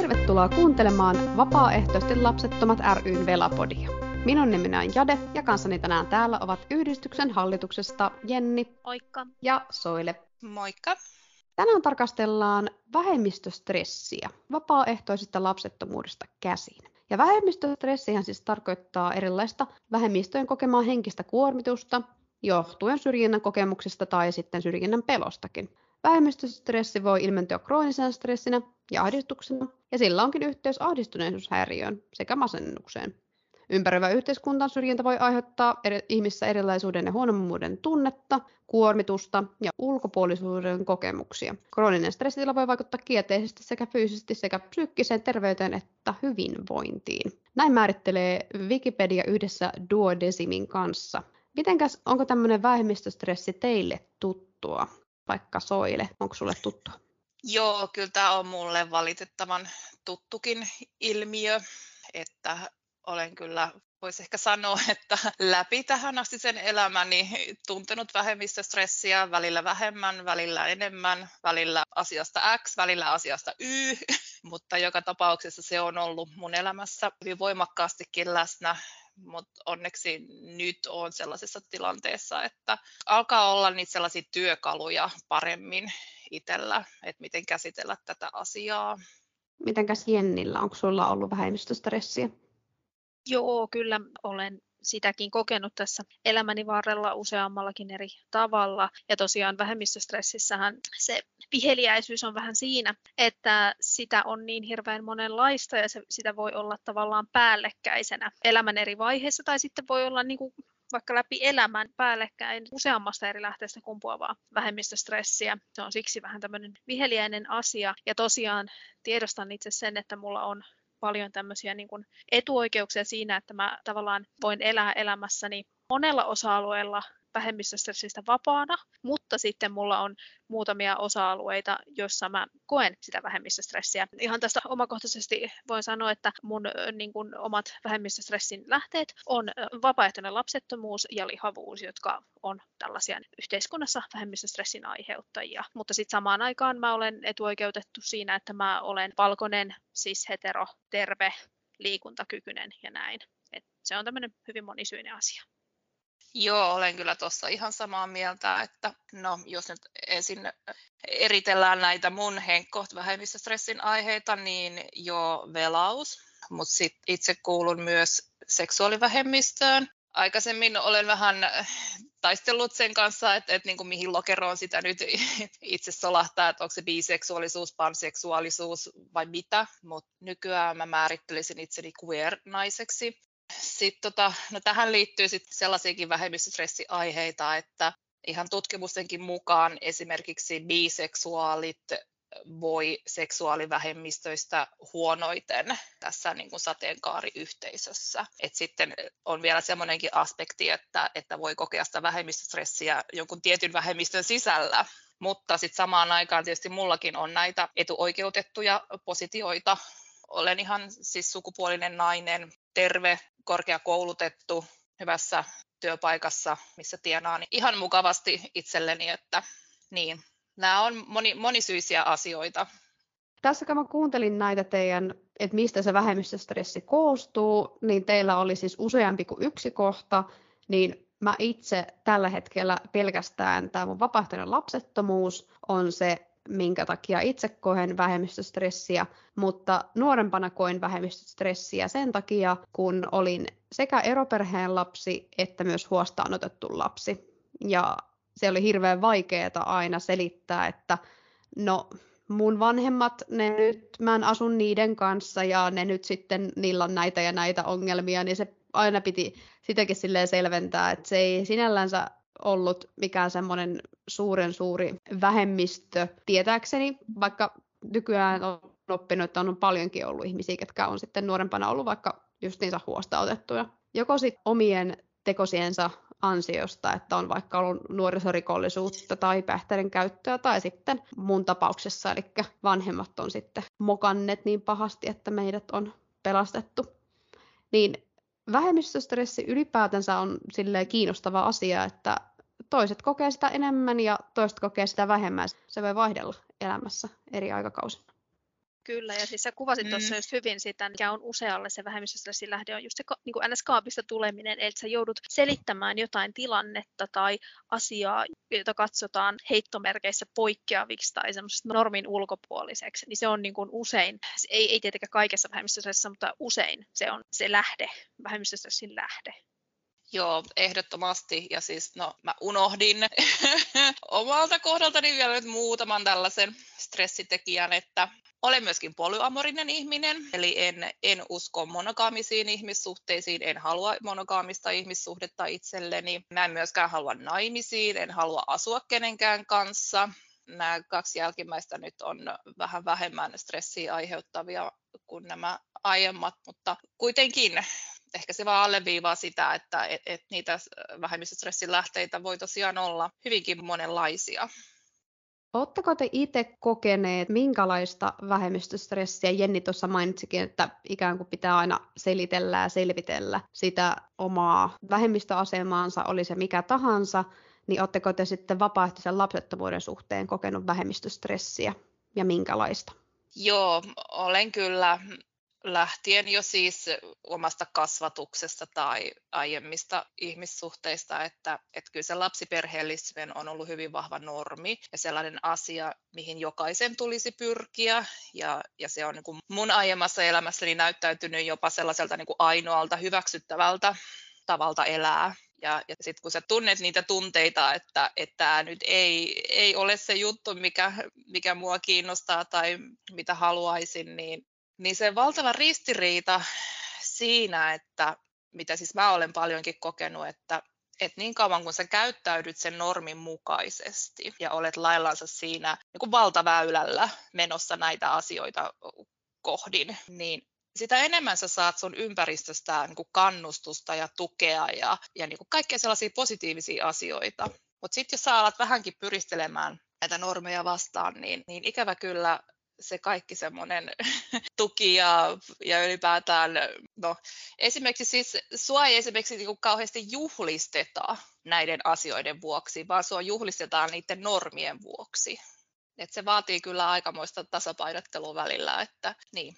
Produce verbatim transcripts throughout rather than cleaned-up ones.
Tervetuloa kuuntelemaan Vapaaehtoisesti lapsettomat ry:n Velapodia. Minun nimeni on Jade ja kanssani tänään täällä ovat yhdistyksen hallituksesta Jenni. Moikka. Ja Soile. Moikka. Tänään tarkastellaan vähemmistöstressiä vapaaehtoisesta lapsettomuudesta käsin. Ja vähemmistöstressihän siis tarkoittaa erilaista vähemmistöjen kokemaa henkistä kuormitusta johtuen syrjinnän kokemuksista tai sitten syrjinnän pelostakin. Vähemmistöstressi voi ilmentyä kroonisena stressinä ja ahdistuksena, ja sillä onkin yhteys ahdistuneisuushäiriöön sekä masennukseen. Ympäröivä yhteiskunnan syrjintä voi aiheuttaa eri, ihmisissä erilaisuuden ja huonommuuden tunnetta, kuormitusta ja ulkopuolisuuden kokemuksia. Krooninen stressitila voi vaikuttaa kielteisesti sekä fyysisesti sekä psyykkiseen terveyteen että hyvinvointiin. Näin määrittelee Wikipedia yhdessä Duodecimin kanssa. Mitenkäs, onko tämmöinen vähemmistöstressi teille tuttua? Vaikka Soile, onko sulle tuttua? Joo, kyllä tämä on mulle valitettavan tuttukin ilmiö, että olen kyllä, voisi ehkä sanoa, että läpi tähän asti sen elämäni tuntenut vähemmistöstressiä, välillä vähemmän, välillä enemmän, välillä asiasta X, välillä asiasta Y, mutta joka tapauksessa se on ollut mun elämässä hyvin voimakkaastikin läsnä. Mutta onneksi nyt on sellaisessa tilanteessa, että alkaa olla niitä sellaisia työkaluja paremmin itsellä, että miten käsitellä tätä asiaa. Mitenkäs Jennillä, onko sulla ollut vähemmistöstressiä? Joo, kyllä olen sitäkin kokenut tässä elämäni varrella useammallakin eri tavalla. Ja tosiaan vähemmistöstressissähän se viheliäisyys on vähän siinä, että sitä on niin hirveän monenlaista ja se, sitä voi olla tavallaan päällekkäisenä elämän eri vaiheissa tai sitten voi olla niin kuin vaikka läpi elämän päällekkäin useammasta eri lähteestä kumpuavaa vähemmistöstressiä. Se on siksi vähän tämmöinen viheliäinen asia ja tosiaan tiedostan itse sen, että mulla on paljon tämmöisiä niin kuin etuoikeuksia siinä, että mä tavallaan voin elää elämässäni monella osa-alueella vähemmistöstressistä vapaana, mutta sitten mulla on muutamia osa-alueita, joissa mä koen sitä vähemmistöstressiä. Ihan tästä omakohtaisesti voin sanoa, että mun niin kuin, omat vähemmistöstressin lähteet on vapaaehtoinen lapsettomuus ja lihavuus, jotka on tällaisia yhteiskunnassa vähemmistöstressin aiheuttajia. Mutta sitten samaan aikaan mä olen etuoikeutettu siinä, että mä olen valkoinen, cis-hetero, terve, liikuntakykyinen ja näin. Et se on tämmöinen hyvin monisyinen asia. Joo, olen kyllä tuossa ihan samaa mieltä, että no, jos nyt ensin eritellään näitä mun henkkoht vähemmistöstressin aiheita, niin jo velaus, mutta sitten itse kuulun myös seksuaalivähemmistöön. Aikaisemmin olen vähän taistellut sen kanssa, että, että niin kuin mihin lokeroon sitä nyt itse solahtaa, että onko se biseksuaalisuus, panseksuaalisuus vai mitä, mutta nykyään mä määrittelisin itseni queer-naiseksi. Sitten tota, no tähän liittyy sitten sellaisiakin vähemmistöstressiaiheita, että ihan tutkimustenkin mukaan esimerkiksi biseksuaalit voi seksuaalivähemmistöistä huonoiten tässä niin kuin sateenkaariyhteisössä. Et sitten on vielä semmoinenkin aspekti, että, että voi kokea sitä vähemmistöstressiä jonkun tietyn vähemmistön sisällä. Mutta sitten samaan aikaan tietysti mullakin on näitä etuoikeutettuja positioita. Olen ihan siis sukupuolinen nainen, terve, korkeakoulutettu, hyvässä työpaikassa, missä tienaa niin ihan mukavasti itselleni, että niin, nämä on moni, monisyisiä asioita. Tässä kun mä kuuntelin näitä teidän, että mistä se vähemmistöstressi koostuu, niin teillä oli siis useampi kuin yksi kohta, niin mä itse tällä hetkellä pelkästään tämä mun vapaaehtoinen lapsettomuus on se, minkä takia itse koen vähemmistöstressiä, mutta nuorempana koin vähemmistöstressiä sen takia, kun olin sekä eroperheen lapsi että myös huostaan otettu lapsi. Ja se oli hirveän vaikeaa aina selittää, että no mun vanhemmat, ne nyt, mä en asun niiden kanssa ja ne nyt sitten, niillä on näitä ja näitä ongelmia, niin se aina piti sitäkin silleen selventää, että se ei sinällänsä ollut mikään semmoinen suuren suuri vähemmistö tietääkseni, vaikka nykyään on oppinut, että on paljonkin ollut ihmisiä, jotka on sitten nuorempana ollut vaikka justiinsa huostaanotettuja. Joko sitten omien tekosiensa ansiosta, että on vaikka ollut nuorisorikollisuutta tai päihteiden käyttöä, tai sitten mun tapauksessa, eli vanhemmat on sitten mokanneet niin pahasti, että meidät on pelastettu. Niin vähemmistöstressi ylipäätänsä on silleen kiinnostava asia, että toiset kokee sitä enemmän ja toiset kokee sitä vähemmän. Se voi vaihdella elämässä eri aikakausina. Kyllä, ja siis sä kuvasit Mm. tuossa just hyvin sitä, mikä on usealle se vähemmistöstressin lähde, on just se ka- niin kuin N S-kaapista tuleminen, eli sä joudut selittämään jotain tilannetta tai asiaa, jota katsotaan heittomerkeissä poikkeaviksi tai semmoisesta normin ulkopuoliseksi, niin se on niin kuin usein, ei, ei tietenkään kaikessa vähemmistöstressissä, mutta usein se on se lähde, vähemmistöstressin lähde. Joo, ehdottomasti. Ja siis no, mä unohdin omalta kohdaltani vielä nyt muutaman tällaisen stressitekijän, että olen myöskin polyamorinen ihminen, eli en, en usko monogaamisiin ihmissuhteisiin, en halua monogaamista ihmissuhdetta itselleni. Mä en myöskään halua naimisiin, en halua asua kenenkään kanssa. Nämä kaksi jälkimmäistä nyt on vähän vähemmän stressiä aiheuttavia kuin nämä aiemmat, mutta kuitenkin ehkä se vaan alleviivaa sitä, että et, et niitä vähemmistöstressin lähteitä voi tosiaan olla hyvinkin monenlaisia. Oletteko te itse kokeneet, minkälaista vähemmistöstressiä? Jenni tuossa mainitsikin, että ikään kuin pitää aina selitellä ja selvitellä sitä omaa vähemmistöasemaansa, oli se mikä tahansa, niin oletteko te sitten vapaaehtoisen lapsettomuuden suhteen kokenut vähemmistöstressiä ja minkälaista? Joo, olen kyllä lähtien jo siis omasta kasvatuksesta tai aiemmista ihmissuhteista, että, että kyllä se lapsiperheellisyys on ollut hyvin vahva normi ja sellainen asia, mihin jokaisen tulisi pyrkiä. Ja, ja se on niin kuin mun aiemmassa elämässäni näyttäytynyt jopa sellaiselta niin kuin ainoalta hyväksyttävältä tavalta elää. Ja, ja sitten kun sä tunnet niitä tunteita, että tämä nyt ei, ei ole se juttu, mikä, mikä mua kiinnostaa tai mitä haluaisin, niin Niin se valtava ristiriita siinä, että mitä siis mä olen paljonkin kokenut, että, että niin kauan kun sä käyttäydyt sen normin mukaisesti ja olet laillansa siinä niin kuin valtaväylällä menossa näitä asioita kohdin, niin sitä enemmän sä saat sun ympäristöstä niin kuin kannustusta ja tukea ja, ja niin kuin kaikkea sellaisia positiivisia asioita. Mutta sitten jos sä alat vähänkin pyristelemään näitä normeja vastaan, niin, niin ikävä kyllä se kaikki semmoinen tuki ja, ja ylipäätään, no esimerkiksi siis sua ei esimerkiksi niin kuin kauheasti juhlisteta näiden asioiden vuoksi, vaan sua juhlistetaan niiden normien vuoksi. Et se vaatii kyllä aikamoista tasapainottelua välillä, että niin.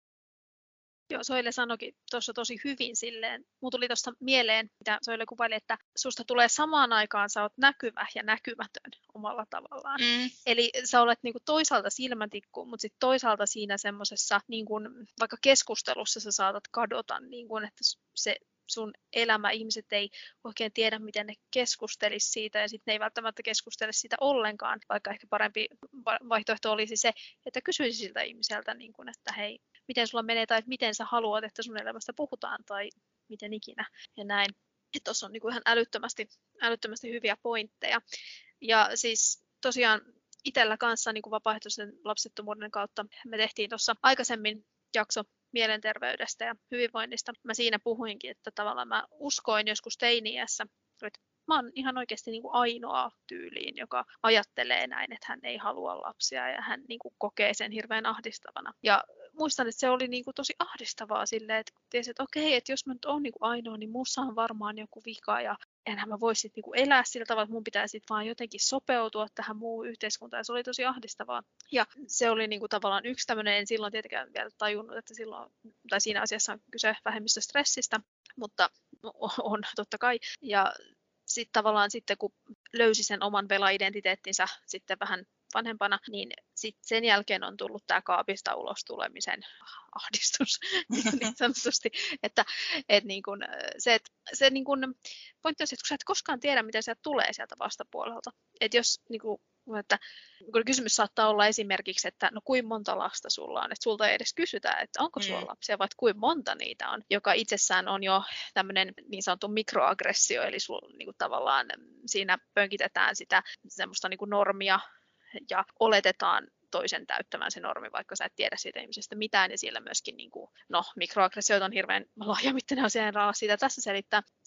Joo, Soile sanoikin tuossa tosi hyvin silleen. Mulla tuli tuosta mieleen, mitä Soile kuvaili, että susta tulee samaan aikaan, sä oot näkyvä ja näkymätön omalla tavallaan. Mm. Eli sä olet niinku toisaalta silmätikku, mutta sitten toisaalta siinä semmoisessa, niinku, vaikka keskustelussa sä saatat kadota, niinku, että se sun elämä, ihmiset ei oikein tiedä, miten ne keskustelisi siitä, ja sitten ne ei välttämättä keskustele siitä ollenkaan, vaikka ehkä parempi vaihtoehto olisi se, että kysyisi siltä ihmiseltä, niin kun, että hei, miten sulla menee, tai miten sä haluat, että sun elämästä puhutaan, tai miten ikinä, ja näin. Tuossa on niin kuin ihan älyttömästi, älyttömästi hyviä pointteja. Ja siis tosiaan itsellä kanssa niin kuin vapaaehtoisen lapsettomuuden kautta me tehtiin tuossa aikaisemmin jakso mielenterveydestä ja hyvinvoinnista. Mä siinä puhuinkin, että tavallaan mä uskoin joskus teini-iässä, että mä oon ihan oikeasti niin kuin ainoa tyyliin, joka ajattelee näin, että hän ei halua lapsia ja hän niin kuin kokee sen hirveän ahdistavana. Ja muistan, että se oli niin kuin tosi ahdistavaa silleen, että tiesi, että okei, että jos mä nyt oon niin kuin ainoa, niin mussa on varmaan joku vika ja enhän mä voisi niin kuin elää sillä tavalla, että mun pitää sitten vaan jotenkin sopeutua tähän muuhun yhteiskuntaan. Ja se oli tosi ahdistavaa. Ja se oli niin kuin tavallaan yksi tämmöinen, en silloin tietenkään vielä tajunnut, että silloin, tai siinä asiassa on kyse vähemmistöstressistä, mutta on totta kai. Ja sitten tavallaan sitten, kun löysi sen oman vela-identiteettinsä sitten vähän vanhempana, niin sit sen jälkeen on tullut tämä kaapista ulos tulemisen ahdistus niin sanotusti, että et niin kun, se, et, se niin kun, pointti on se, että kun sä et koskaan tiedä, miten sieltä tulee sieltä vastapuolelta, että jos niin kun, että kun kysymys saattaa olla esimerkiksi, että no kuinka monta lasta sulla on, että sulta ei edes kysytä, että onko sulla mm. lapsia, vai kuinka monta niitä on, joka itsessään on jo tämmöinen niin sanottu mikroaggressio, eli sul, niin kuin tavallaan siinä pönkitetään sitä semmoista niin kuin normia ja oletetaan toisen täyttämään se normi, vaikka sä et tiedä siitä ihmisestä mitään, ja siellä myöskin, niin kuin, no mikroaggressioita on hirveän laajamittainen asia, en ala siitä tässä selittää,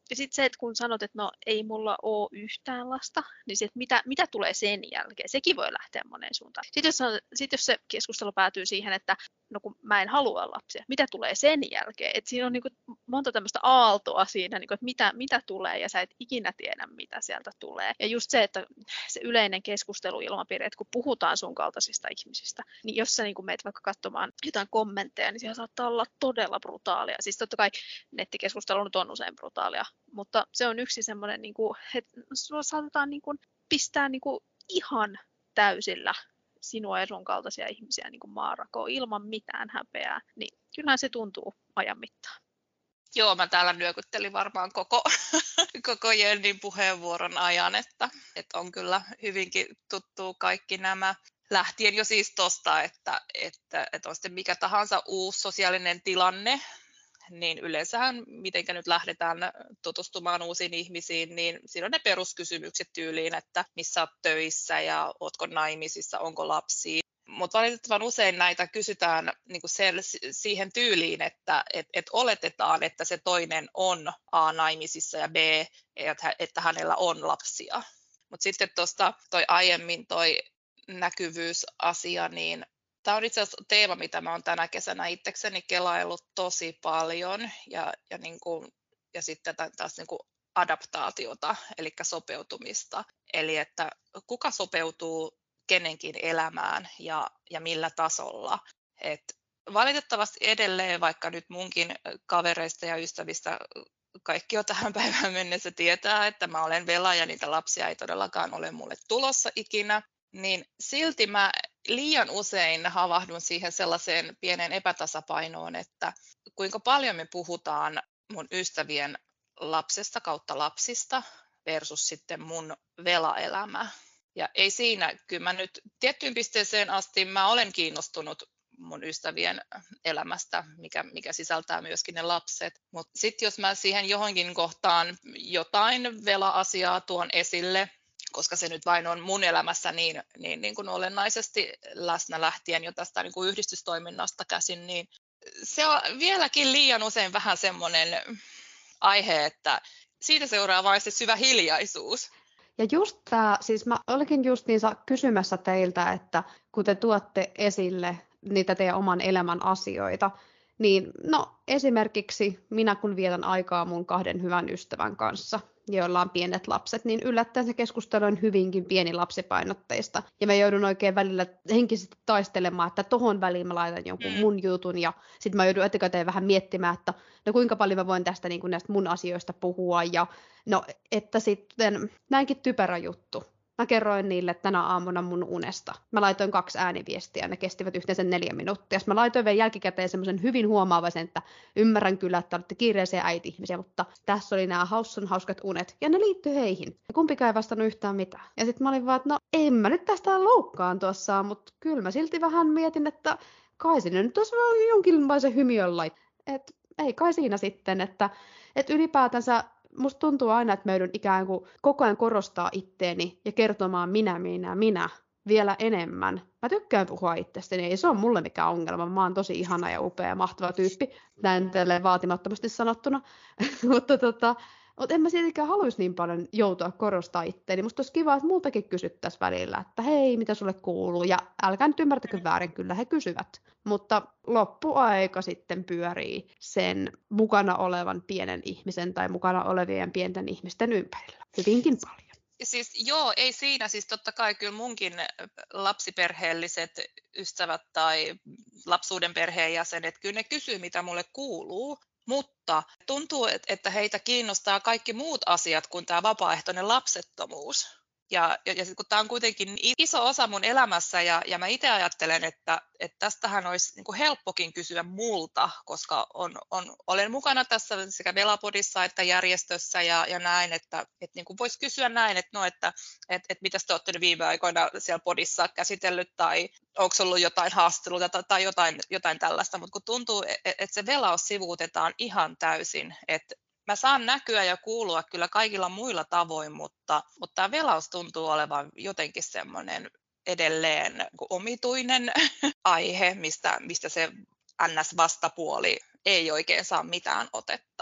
Ja sitten se, että kun sanot, että no ei mulla ole yhtään lasta, niin sit mitä, mitä tulee sen jälkeen? Sekin voi lähteä moneen suuntaan. Sitten jos, on, sit jos se keskustelu päätyy siihen, että no kun mä en halua lapsia, mitä tulee sen jälkeen? Et siinä on niinku monta tämmöistä aaltoa siinä, niinku, että mitä, mitä tulee ja sä et ikinä tiedä, mitä sieltä tulee. Ja just se, että se yleinen keskusteluilmapiiri, että kun puhutaan sun kaltaisista ihmisistä, niin jos sä niinku meet vaikka katsomaan jotain kommentteja, niin siellä saattaa olla todella brutaalia. Siis totta kai nettikeskustelu nyt on usein brutaalia, mutta se on yksi semmoinen, niinku, että sua saatetaan niinku pistää niinku ihan täysillä sinua ja sun kaltaisia ihmisiä niin kuin maarakoon ilman mitään häpeää, niin kyllähän se tuntuu ajan mittaan. Joo, mä täällä nyökyttelin varmaan koko, koko Jennin puheenvuoron ajan, että, että on kyllä hyvinkin tuttuu kaikki nämä. Lähtien jo siis tosta, että, että, että on sitten mikä tahansa uusi sosiaalinen tilanne, niin yleensähän, mitenkä nyt lähdetään tutustumaan uusiin ihmisiin, niin siinä on ne peruskysymykset tyyliin, että missä olet töissä ja ootko naimisissa, onko lapsia. Mutta valitettavan usein näitä kysytään niin kuin sen, siihen tyyliin, että et, et oletetaan, että se toinen on A naimisissa ja B, että, että hänellä on lapsia. Mutta sitten tuosta toi aiemmin toi näkyvyysasia, niin tämä on itse asiassa teema, mitä mä oon tänä kesänä itsekseni kelaillut tosi paljon ja, ja, niin kuin, ja sitten taas niin kuin adaptaatiota, eli sopeutumista. Eli että kuka sopeutuu kenenkin elämään ja, ja millä tasolla. Et valitettavasti edelleen, vaikka nyt munkin kavereista ja ystävistä kaikki jo tähän päivään mennessä tietää, että mä olen vela ja niitä lapsia ei todellakaan ole mulle tulossa ikinä, niin silti mä liian usein havahdun siihen sellaiseen pieneen epätasapainoon, että kuinka paljon me puhutaan mun ystävien lapsesta kautta lapsista versus sitten mun velaelämä. Ja ei siinä, kyllä mä nyt tiettyyn pisteeseen asti mä olen kiinnostunut mun ystävien elämästä, mikä, mikä sisältää myöskin ne lapset. Mutta sitten jos mä siihen johonkin kohtaan jotain vela-asiaa tuon esille, koska se nyt vain on mun elämässä niin, niin, niin kuin olennaisesti läsnä lähtien jo tästä niin kuin yhdistystoiminnasta käsin, niin se on vieläkin liian usein vähän semmoinen aihe, että siitä seuraa vain se syvä hiljaisuus. Ja just tämä, siis mä olikin justiinsa kysymässä teiltä, että kun te tuotte esille niitä teidän oman elämän asioita, niin no esimerkiksi minä kun vietän aikaa mun kahden hyvän ystävän kanssa, joilla on pienet lapset, niin yllättäen se keskustelu on hyvinkin pieni lapsipainotteista. Ja mä joudun oikein välillä henkisesti taistelemaan, että tohon väliin mä laitan jonkun mun jutun. Ja sitten mä joudun etukäteen vähän miettimään, että no kuinka paljon mä voin tästä niin kuin näistä mun asioista puhua. Ja no, että sitten näinkin typerä juttu. Mä kerroin niille tänä aamuna mun unesta. Mä laitoin kaksi ääniviestiä, ne kestivät yhteensä neljä minuuttia. Mä laitoin vielä jälkikäteen semmoisen hyvin huomaavaisen, että ymmärrän kyllä, että olette kiireisiä äiti-ihmisiä, mutta tässä oli nämä haussun hauskat unet, ja ne liittyi heihin. Ja kumpikaan ei vastannut yhtään mitään. Ja sitten mä olin vaan, että no en mä nyt tästä loukkaantua, mutta kyllä mä silti vähän mietin, että kai sinne nyt olisi jonkinlaisen hymiön lait. Että ei kai siinä sitten, että, että ylipäätänsä musta tuntuu aina, että mä joudun ikään kuin koko ajan korostaa itteeni ja kertomaan minä, minä, minä vielä enemmän. Mä tykkään puhua itsestäni, ei se ole mulle mikään ongelma. Mä oon tosi ihana ja upea ja mahtava tyyppi, näin tälleen vaatimattomasti sanottuna. mutta tota, mutta en mä siitäkään haluaisi niin paljon joutua korostaa itteeni. Musta olisi kiva, että multakin kysyttäisiin välillä, että hei, mitä sulle kuuluu? Ja älkää nyt ymmärtäkö väärin, kyllä he kysyvät. Mutta loppuaika sitten pyörii sen mukana olevan pienen ihmisen tai mukana olevien pienten ihmisten ympärillä. Hyvinkin paljon. Siis joo, ei siinä. Siis totta kai kyllä munkin lapsiperheelliset ystävät tai lapsuuden perheenjäsenet, kyllä ne kysyy, mitä mulle kuuluu. Mutta tuntuu, että heitä kiinnostaa kaikki muut asiat kuin tämä vapaaehtoinen lapsettomuus. Ja, ja, ja kun tämä on kuitenkin iso osa mun elämässä ja, ja mä itse ajattelen, että, että tästähän olisi niin kuin helppokin kysyä multa, koska on, on, olen mukana tässä sekä Velapodissa että järjestössä ja, ja näin, että, että niin kuin voisi kysyä näin, että, no, että, että, että mitä te olette viime aikoina siellä podissa käsitellyt tai onko ollut jotain haastattelua tai, tai jotain, jotain tällaista, mutta kun tuntuu, että, että se velaus sivuutetaan ihan täysin, että mä saan näkyä ja kuulua kyllä kaikilla muilla tavoin, mutta, mutta tämä velaus tuntuu olevan jotenkin semmoinen edelleen omituinen aihe, mistä, mistä se N S-vastapuoli ei oikein saa mitään otetta.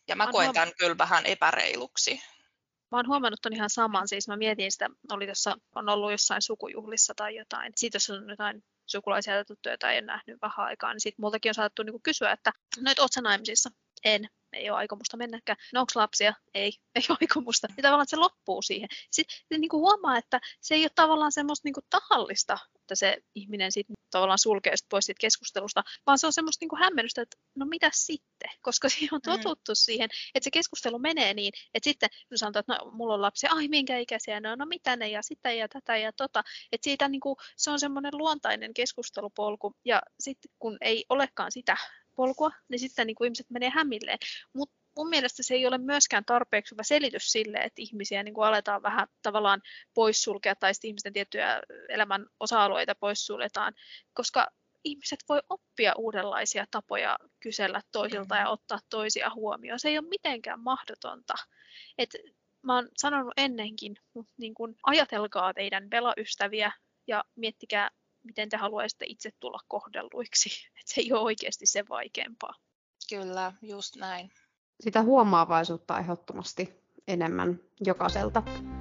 Ja mä Mä oon koen huom- tämän kyllä vähän epäreiluksi. Mä oon huomannut ton ihan saman, siis mä mietin sitä, oli tuossa, on ollut jossain sukujuhlissa tai jotain, siitä jos on jotain sukulaisia tai tuttuja, joita ei ole nähnyt vähän aikaa, niin sit multakin on saattu niinku kysyä, että no et oot sä naimisissa? En, ei ole aikomusta mennäkään. No onko lapsia? Ei, ei ole aikomusta. Ja tavallaan se loppuu siihen. Sitten niinku huomaa, että se ei ole tavallaan semmoista niinku tahallista, että se ihminen sitten tavallaan sulkee sit pois siitä keskustelusta, vaan se on semmoista niinku hämmennystä, että no mitä sitten? Koska siihen on totuttu mm. siihen, että se keskustelu menee niin, että sitten kun sanotaan, että no, mulla on lapsia, ai minkä ikäisiä ne on, no mitä ne ja sitä ja tätä ja tota. Että siitä niinku, se on semmoinen luontainen keskustelupolku ja sitten kun ei olekaan sitä polkua, niin sitten niin kuin ihmiset menee hämilleen. Mutta mun mielestä se ei ole myöskään tarpeeksi hyvä selitys sille, että ihmisiä niin kuin aletaan vähän tavallaan poissulkea tai sitten ihmisten tiettyjä elämän osa-alueita poissuljetaan, koska ihmiset voi oppia uudenlaisia tapoja kysellä toisilta ja ottaa toisia huomioon. Se ei ole mitenkään mahdotonta. Et mä oon sanonut ennenkin, mutta niin kuin ajatelkaa teidän velaystäviä ja miettikää, miten te haluaisitte itse tulla kohdelluiksi. Et se ei ole oikeasti se vaikeampaa. Kyllä, just näin. Sitä huomaavaisuutta ehdottomasti enemmän jokaiselta.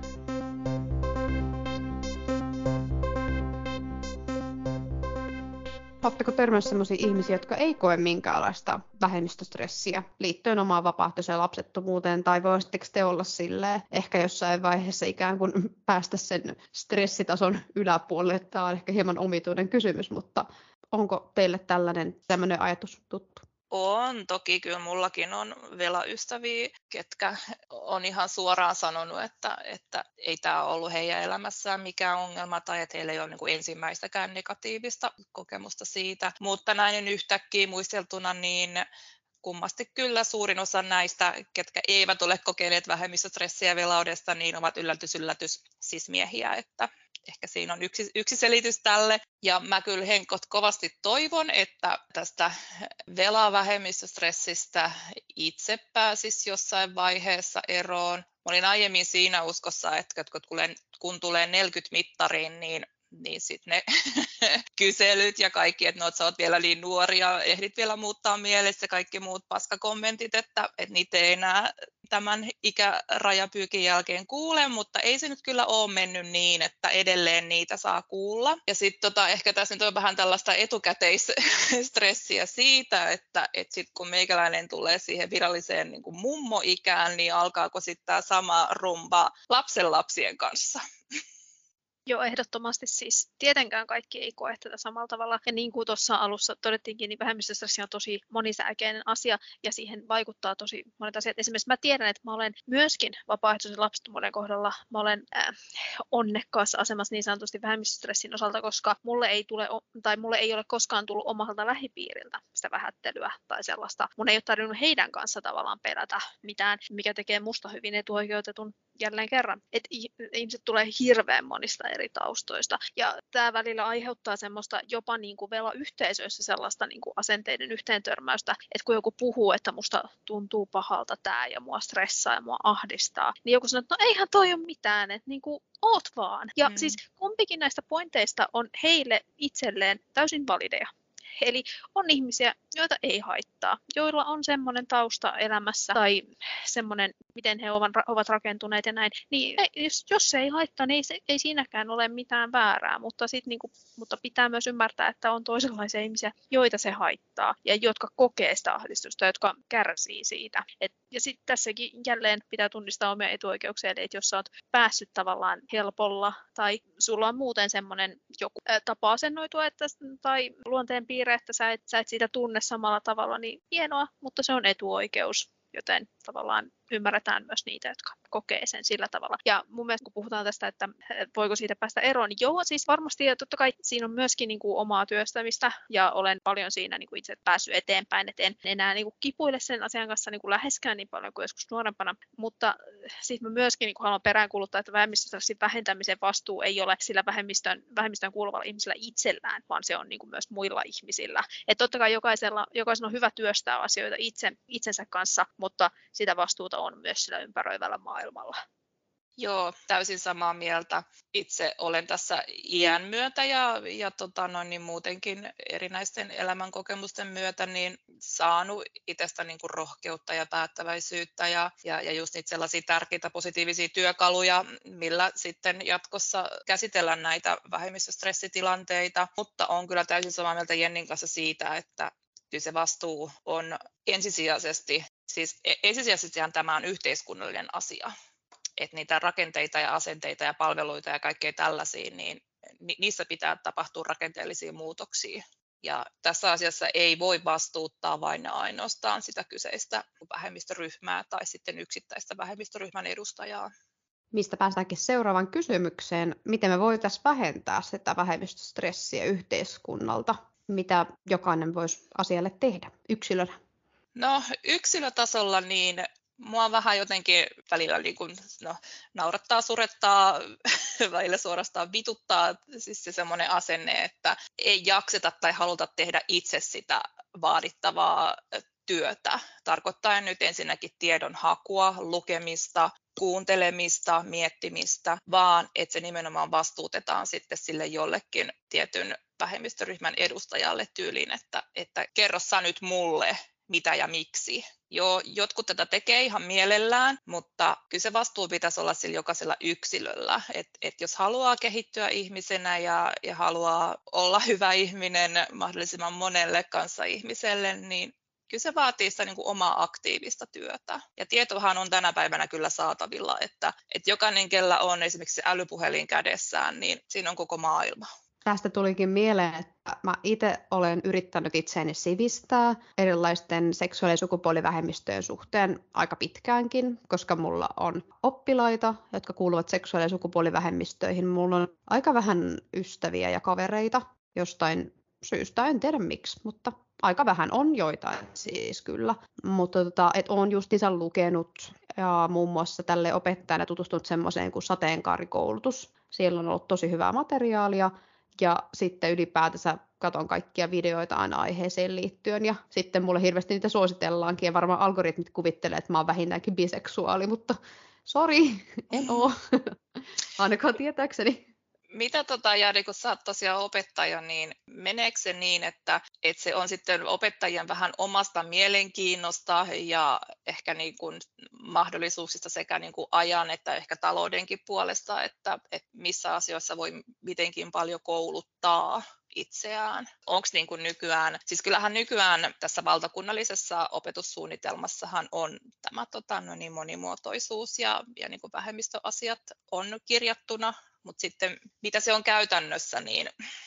Oletteko törmännyt sellaisia ihmisiä, jotka ei koe minkäänlaista vähemmistöstressiä liittyen omaan vapaaehtoiseen lapsettomuuteen, tai voisitteko te olla silleen ehkä jossain vaiheessa ikään kuin päästä sen stressitason yläpuolelle? Tämä on ehkä hieman omituinen kysymys, mutta onko teille tällainen tämmöinen ajatus tuttu? On, toki kyllä mullakin on velaystäviä, ketkä on ihan suoraan sanonut, että, että ei tämä ollut heidän elämässään mikään ongelma tai että heillä ei ole niin kuin ensimmäistäkään negatiivista kokemusta siitä. Mutta näin yhtäkkiä muisteltuna, niin kummasti kyllä suurin osa näistä, ketkä eivät ole kokeneet vähemmistöstressiä velaudesta, niin ovat yllätys yllätys sismiehiä, että ehkä siinä on yksi, yksi selitys tälle. Ja mä kyllä henkot kovasti toivon, että tästä velavähemmistöstressistä itse pääsisi jossain vaiheessa eroon. Mä olin aiemmin siinä uskossa, että kun tulee neljäkymmentä mittariin, niin niin sitten ne kyselyt ja kaikki, että no, että sä oot vielä niin nuori ja ehdit vielä muuttaa mielessä ja kaikki muut paskakommentit, että, että niitä ei enää tämän ikärajapyykin jälkeen kuule, mutta ei se nyt kyllä ole mennyt niin, että edelleen niitä saa kuulla. Ja sitten tota, ehkä tässä nyt on vähän tällaista etukäteisstressiä siitä, että, että sitten kun meikäläinen tulee siihen viralliseen niin kuin mummoikään, niin alkaako sitten tämä sama rumba lapsenlapsien kanssa. Joo, ehdottomasti siis tietenkään kaikki ei koe tätä samalla tavalla. Ja niin kuin tuossa alussa todettiinkin, niin vähemmistöstressi on tosi monisäikeinen asia ja siihen vaikuttaa tosi monet asiat. Esimerkiksi mä tiedän, että mä olen myöskin vapaaehtoisen lapsettomuuden kohdalla, mä olen äh, onnekkaassa asemassa niin sanotusti vähemmistöstressin osalta, koska mulle ei, tule, tai mulle ei ole koskaan tullut omalta lähipiiriltä sitä vähättelyä tai sellaista. Mun ei ole tarvinnut heidän kanssa tavallaan pelätä mitään, mikä tekee musta hyvin etuoikeutetun jälleen kerran. Että ihmiset tulee hirveän monista eri taustoista. Ja tämä välillä aiheuttaa semmoista jopa niin kuin velayhteisöissä sellaista niin kuin asenteiden yhteentörmäystä, että kun joku puhuu, että musta tuntuu pahalta tämä ja mua stressaa ja mua ahdistaa, niin joku sanoo, että no eihän toi ole mitään, että niin kuin oot vaan. Ja mm. siis kumpikin näistä pointeista on heille itselleen täysin valideja. Eli on ihmisiä, joita ei haittaa, joilla on semmoinen tausta elämässä tai semmoinen, miten he ovat rakentuneet ja näin. Niin jos, jos se ei haittaa, niin ei, se, ei siinäkään ole mitään väärää, mutta, sit niinku, mutta pitää myös ymmärtää, että on toisenlaisia ihmisiä, joita se haittaa ja jotka kokee sitä ahdistusta, jotka kärsii siitä. Et, ja sitten tässäkin jälleen pitää tunnistaa omia etuoikeuksia, eli että jos sä oot päässyt tavallaan helpolla tai sulla on muuten semmoinen joku ä, tapa asennoitua että, tai luonteenpiirre, että sä et, sä et siitä tunne samalla tavalla, niin hienoa, mutta se on etuoikeus, joten tavallaan ymmärretään myös niitä, jotka kokee sen sillä tavalla. Ja mun mielestä kun puhutaan tästä, että voiko siitä päästä eroon, niin joo, siis varmasti ja totta kai siinä on myöskin niin kuin omaa työstämistä ja olen paljon siinä niin kuin itse päässyt eteenpäin, että en enää niin kuin kipuile sen asian kanssa niin kuin läheskään niin paljon kuin joskus nuorempana, mutta sitten mä myöskin niin kuin haluan peräänkuuluttaa, että vähemmistöstressin vähentämisen vastuu ei ole sillä vähemmistön, vähemmistön kuuluvalla ihmisellä itsellään, vaan se on niin kuin myös muilla ihmisillä. Että totta kai jokaisella, jokaisella on hyvä työstää asioita itse, itsensä kanssa, mutta sitä vastuuta on myös sillä ympäröivällä maailmalla. Joo, täysin samaa mieltä. Itse olen tässä iän myötä ja, ja tota noin, niin muutenkin erinäisten elämänkokemusten myötä niin saanut itsestä niin kuin rohkeutta ja päättäväisyyttä ja, ja, ja just niitä sellaisia tärkeitä positiivisia työkaluja, millä sitten jatkossa käsitellä näitä vähemmistöstressitilanteita. Mutta on kyllä täysin samaa mieltä Jennin kanssa siitä, että kyllä se vastuu on ensisijaisesti, siis ensisijaisestihan tämä on yhteiskunnallinen asia. Että niitä rakenteita ja asenteita ja palveluita ja kaikkea tällaisia, niin niissä pitää tapahtua rakenteellisia muutoksia. Ja tässä asiassa ei voi vastuuttaa vain ja ainoastaan sitä kyseistä vähemmistöryhmää tai sitten yksittäistä vähemmistöryhmän edustajaa. Mistä päästäänkin seuraavaan kysymykseen, miten me voitaisiin vähentää sitä vähemmistöstressiä yhteiskunnalta? Mitä jokainen voisi asialle tehdä yksilönä? No yksilötasolla niin mua vähän jotenkin välillä niin kuin, no, naurattaa, surettaa, välillä suorastaan vituttaa siis se semmoinen asenne, että ei jakseta tai haluta tehdä itse sitä vaadittavaa työtä. Tarkoittaa nyt ensinnäkin tiedon hakua, lukemista, kuuntelemista, miettimistä, vaan että se nimenomaan vastuutetaan sitten sille jollekin tietyn vähemmistöryhmän edustajalle tyyliin, että, että kerro sä nyt mulle, mitä ja miksi. Joo, jotkut tätä tekee ihan mielellään, mutta kyllä se vastuu pitäisi olla sillä jokaisella yksilöllä. Et, et jos haluaa kehittyä ihmisenä ja, ja haluaa olla hyvä ihminen mahdollisimman monelle kanssa ihmiselle, niin kyllä se vaatii sitä niin kuin omaa aktiivista työtä. Ja tietohan on tänä päivänä kyllä saatavilla, että, että jokainen, kellä on esimerkiksi älypuhelin kädessään, niin siinä on koko maailma. Tästä tulikin mieleen, että mä itse olen yrittänyt itseäni sivistää erilaisten seksuaali- ja sukupuolivähemmistöjen suhteen aika pitkäänkin, koska mulla on oppilaita, jotka kuuluvat seksuaali- ja sukupuolivähemmistöihin. Mulla on aika vähän ystäviä ja kavereita jostain syystä, en tiedä miksi, mutta aika vähän on joitain siis kyllä. Mutta tota, et olen justiinsa lukenut ja muun muassa tälle opettajana tutustunut semmoiseen kuin sateenkaarikoulutus. Siellä on ollut tosi hyvää materiaalia. Ja sitten ylipäätänsä katon kaikkia videoita aina aiheeseen liittyen. Ja sitten mulle hirveästi niitä suositellaankin. Ja varmaan algoritmit kuvittelee, että mä oon vähintäänkin biseksuaali. Mutta sori, en oo. Ainakaan tietääkseni. Mitä tota, Jari, kun sä oot tosiaan opettaja, niin meneekö se niin, että, että se on sitten opettajien vähän omasta mielenkiinnosta ja ehkä niin kuin mahdollisuuksista sekä niin kuin ajan että ehkä taloudenkin puolesta, että, että missä asioissa voi mitenkin paljon kouluttaa itseään? Onko niin kuin nykyään, siis kyllähän nykyään tässä valtakunnallisessa opetussuunnitelmassahan on tämä tota, no niin, monimuotoisuus ja, ja niin kuin vähemmistöasiat on kirjattuna, mutta sitten mitä se on käytännössä, niin...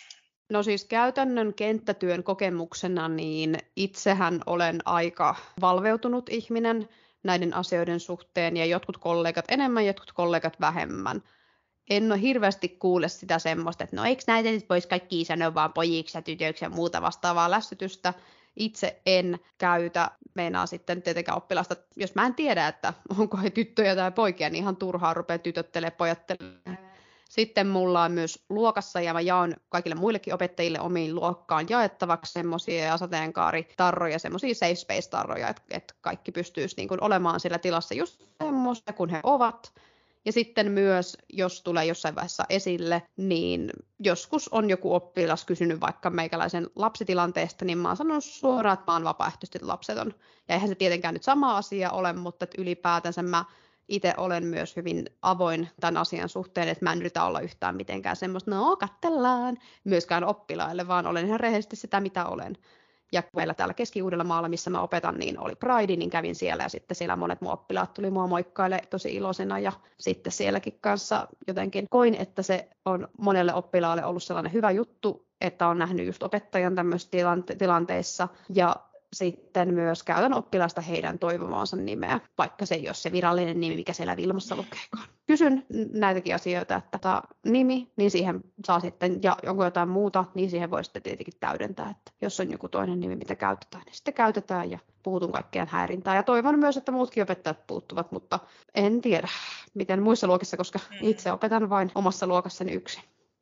No siis käytännön kenttätyön kokemuksena, niin itsehän olen aika valveutunut ihminen näiden asioiden suhteen, ja jotkut kollegat enemmän, jotkut kollegat vähemmän. En ole hirveästi kuule sitä semmoista, että no eikö näitä nyt voisi kaikki sanoa vaan pojiksi ja tytöiksi ja muuta vastaavaa lässytystä. Itse en käytä, meinaa sitten tietenkään oppilasta, jos mä en tiedä, että onko he tyttöjä tai poikia, niin ihan turhaa rupeaa tytöttelemään, pojattelemaan. Sitten mulla on myös luokassa, ja mä jaan kaikille muillekin opettajille omiin luokkaan jaettavaksi semmoisia sateenkaaritarroja, semmoisia safe space-tarroja, että, että kaikki pystyisi niin kuin olemaan siellä tilassa just semmoista, kun he ovat. Ja sitten myös, jos tulee jossain vaiheessa esille, niin joskus on joku oppilas kysynyt vaikka meikäläisen lapsitilanteesta, niin mä oon sanonut suoraan, että mä oon vapaaehtoisesti lapseton. Ja eihän se tietenkään nyt sama asia ole, mutta että ylipäätänsä mä itse olen myös hyvin avoin tämän asian suhteen, että mä en yritä olla yhtään mitenkään semmoista, no katsellaan, myöskään oppilaille, vaan olen ihan rehellisesti sitä, mitä olen. Ja meillä täällä Keski-Uudellamaalla, missä mä opetan, niin oli Pride, niin kävin siellä ja sitten siellä monet mun oppilaat tuli mua moikkaille tosi iloisena ja sitten sielläkin kanssa jotenkin koin, että se on monelle oppilaalle ollut sellainen hyvä juttu, että on nähnyt just opettajan tämmöisissä tilante- tilanteissa ja sitten myös käytän oppilaasta heidän toivomaansa nimeä, vaikka se ei ole se virallinen nimi, mikä siellä Vilmassa lukeekaan. Kysyn näitäkin asioita, että tämä nimi, niin siihen saa sitten, ja onko jotain muuta, niin siihen voi sitten tietenkin täydentää, että jos on joku toinen nimi, mitä käytetään, niin sitten käytetään ja puutun kaikkeen häirintään. Ja toivon myös, että muutkin opettajat puuttuvat, mutta en tiedä, miten muissa luokissa, koska itse opetan vain omassa luokassani yksin.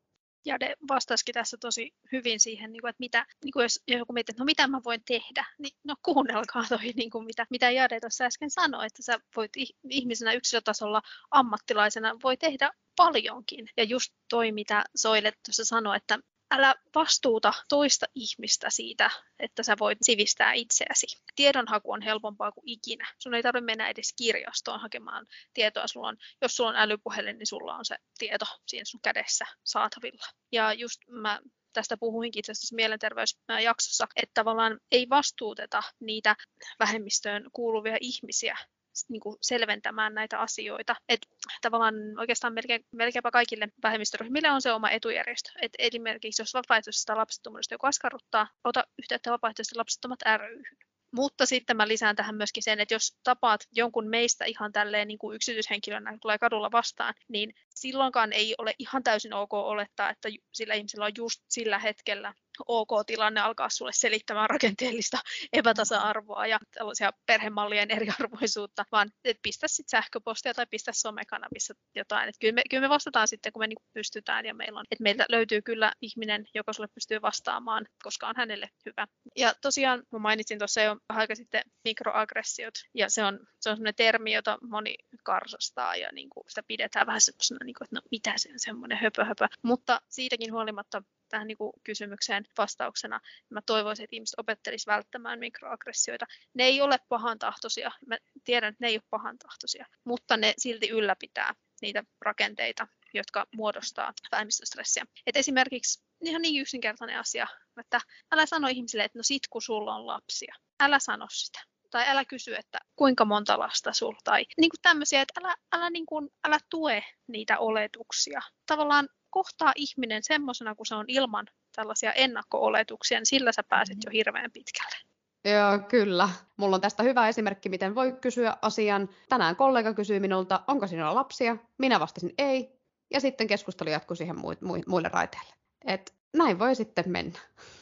Jade vastasikin tässä tosi hyvin siihen, että mitä, jos joku miettii, että no mitä mä voin tehdä, niin no kuunnelkaa toi, niin kuin mitä, mitä Jade tuossa äsken sanoi, että sä voit ihmisenä yksilötasolla ammattilaisena voi tehdä paljonkin. Ja just toi, mitä Soile tuossa sanoi, että älä vastuuta toista ihmistä siitä, että sä voit sivistää itseäsi. Tiedonhaku on helpompaa kuin ikinä. Sun ei tarvitse mennä edes kirjastoon hakemaan tietoa. Sulla on, jos sulla on älypuhelin, niin sulla on se tieto siinä sun kädessä saatavilla. Ja just mä tästä puhuinkin itse asiassa mielenterveysjaksossa, että tavallaan ei vastuuteta niitä vähemmistöön kuuluvia ihmisiä niin kuin selventämään näitä asioita. Et tavallaan oikeastaan melkein, melkeinpä kaikille vähemmistöryhmille on se oma etujärjestö. Et esimerkiksi jos vapaaehtoisesta lapsettomuudesta joku askarruttaa, ota yhteyttä vapaaehtoisesti lapsettomat ry:hyn. Mutta sitten mä lisään tähän myöskin sen, että jos tapaat jonkun meistä ihan tälleen niin kuin yksityishenkilönä tulee kadulla vastaan, niin silloinkaan ei ole ihan täysin ok olettaa, että sillä ihmisellä on just sillä hetkellä ok tilanne alkaa sulle selittämään rakenteellista epätasa-arvoa ja tällaisia perhemallien eriarvoisuutta, vaan et pistä sitten sähköpostia tai pistä somekanavissa jotain. Et kyllä, me, kyllä me vastataan sitten, kun me niinku pystytään ja meillä on, että meiltä löytyy kyllä ihminen, joka sulle pystyy vastaamaan, koska on hänelle hyvä. Ja tosiaan mä mainitsin tuossa jo vähän aika sitten mikroaggressiot, ja se on, se on sellainen termi, jota moni karsastaa ja niinku sitä pidetään vähän semmoisena, niinku, että no mitä se on semmoinen höpö höpö, mutta siitäkin huolimatta tähän niin kuin kysymykseen vastauksena mä toivoisin, että ihmiset opettelisivat välttämään mikroaggressioita. Ne ei ole pahantahtoisia, mä tiedän, että ne ei ole pahantahtoisia, mutta ne silti ylläpitää niitä rakenteita, jotka muodostaa vähemmistöstressiä. Et esimerkiksi ihan niin yksinkertainen asia, että älä sano ihmisille, että no sit kun sulla on lapsia, älä sano sitä. Tai älä kysy, että kuinka monta lasta sulla, tai niin kuin tämmöisiä, että älä, älä, niin kuin, älä tue niitä oletuksia. Tavallaan kohtaa ihminen semmoisena, kun se on ilman tällaisia ennakko-oletuksia, niin sillä sä pääset jo hirveän pitkälle. Joo, kyllä. Mulla on tästä hyvä esimerkki, miten voi kysyä asian. Tänään kollega kysyi minulta, onko sinulla lapsia? Minä vastasin ei, ja sitten keskustelu jatkui siihen muille raiteille. Et näin voi sitten mennä.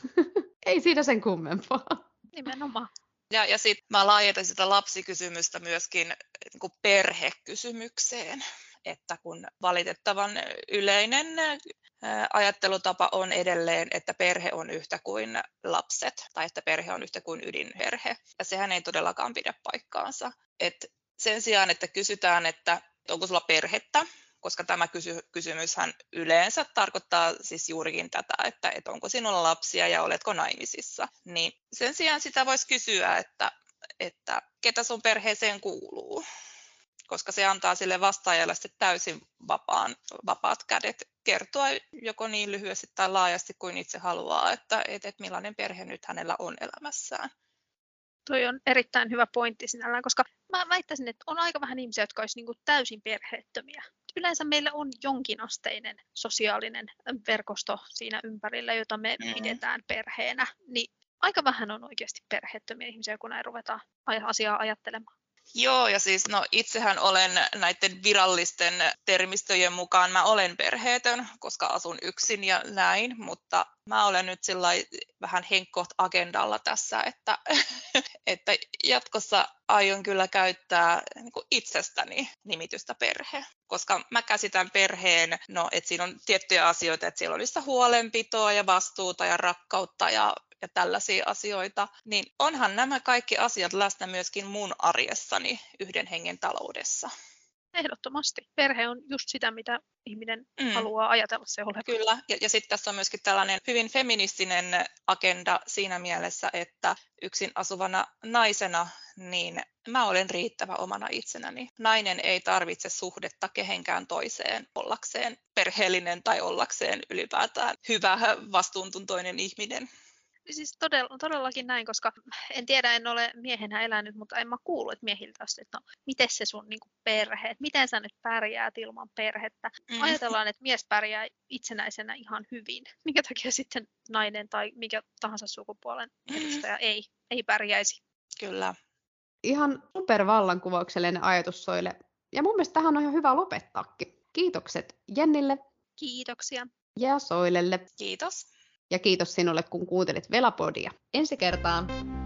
Ei siinä sen kummempaa. Nimenomaan. Ja, ja sitten mä laajentan sitä lapsikysymystä myöskin niin kuin perhekysymykseen, että kun valitettavan yleinen ajattelutapa on edelleen, että perhe on yhtä kuin lapset tai että perhe on yhtä kuin ydinperhe. Ja sehän ei todellakaan pidä paikkaansa. Et sen sijaan, että kysytään, että onko sulla perhettä, koska tämä kysy- kysymyshän yleensä tarkoittaa siis juurikin tätä, että, että onko sinulla lapsia ja oletko naimisissa. Niin sen sijaan sitä voisi kysyä, että, että ketä sun perheeseen kuuluu, koska se antaa sille vastaajalle täysin vapaan, vapaat kädet kertoa joko niin lyhyesti tai laajasti kuin itse haluaa, että, että millainen perhe nyt hänellä on elämässään. Toi on erittäin hyvä pointti sinällään, koska mä väittäisin, että on aika vähän ihmisiä, jotka olisi niin kuin täysin perheettömiä. Yleensä meillä on jonkinasteinen sosiaalinen verkosto siinä ympärillä, jota me mm. pidetään perheenä. Niin aika vähän on oikeasti perheettömiä ihmisiä, kun näin ruvetaan asiaa ajattelemaan. Joo, ja siis no itsehän olen näiden virallisten termistöjen mukaan, mä olen perheetön, koska asun yksin ja näin, mutta mä olen nyt sillai vähän henkkoht agendalla tässä, että, että jatkossa aion kyllä käyttää niin kuin itsestäni nimitystä perhe, koska mä käsitän perheen, no että siinä on tiettyjä asioita, että siellä on sitä huolenpitoa ja vastuuta ja rakkautta ja ja tällaisia asioita, niin onhan nämä kaikki asiat läsnä myöskin mun arjessani yhden hengen taloudessa. Ehdottomasti. Perhe on just sitä, mitä ihminen mm. haluaa ajatella se olevan. Kyllä, ja, ja sitten tässä on myöskin tällainen hyvin feministinen agenda siinä mielessä, että yksin asuvana naisena, niin mä olen riittävä omana itsenäni. Nainen ei tarvitse suhdetta kehenkään toiseen ollakseen perheellinen tai ollakseen ylipäätään hyvä vastuuntuntoinen ihminen. Siis todella, todellakin näin, koska en tiedä, en ole miehenä elänyt, mutta en mä kuullut miehiltä, että no, miten se sun niin kuin perhe, että miten sä nyt pärjäät ilman perhettä. Mm. Ajatellaan, että mies pärjää itsenäisenä ihan hyvin. Minkä takia sitten nainen tai mikä tahansa sukupuolen edustaja mm. ei, ei pärjäisi. Kyllä. Ihan supervallankuvauksellinen ajatus Soile. Ja mun mielestä tähän on ihan hyvä lopettaakin. Kiitokset Jennille. Kiitoksia. Ja Soilelle. Kiitos. Ja kiitos sinulle, kun kuuntelit Velapodia. Ensi kertaan.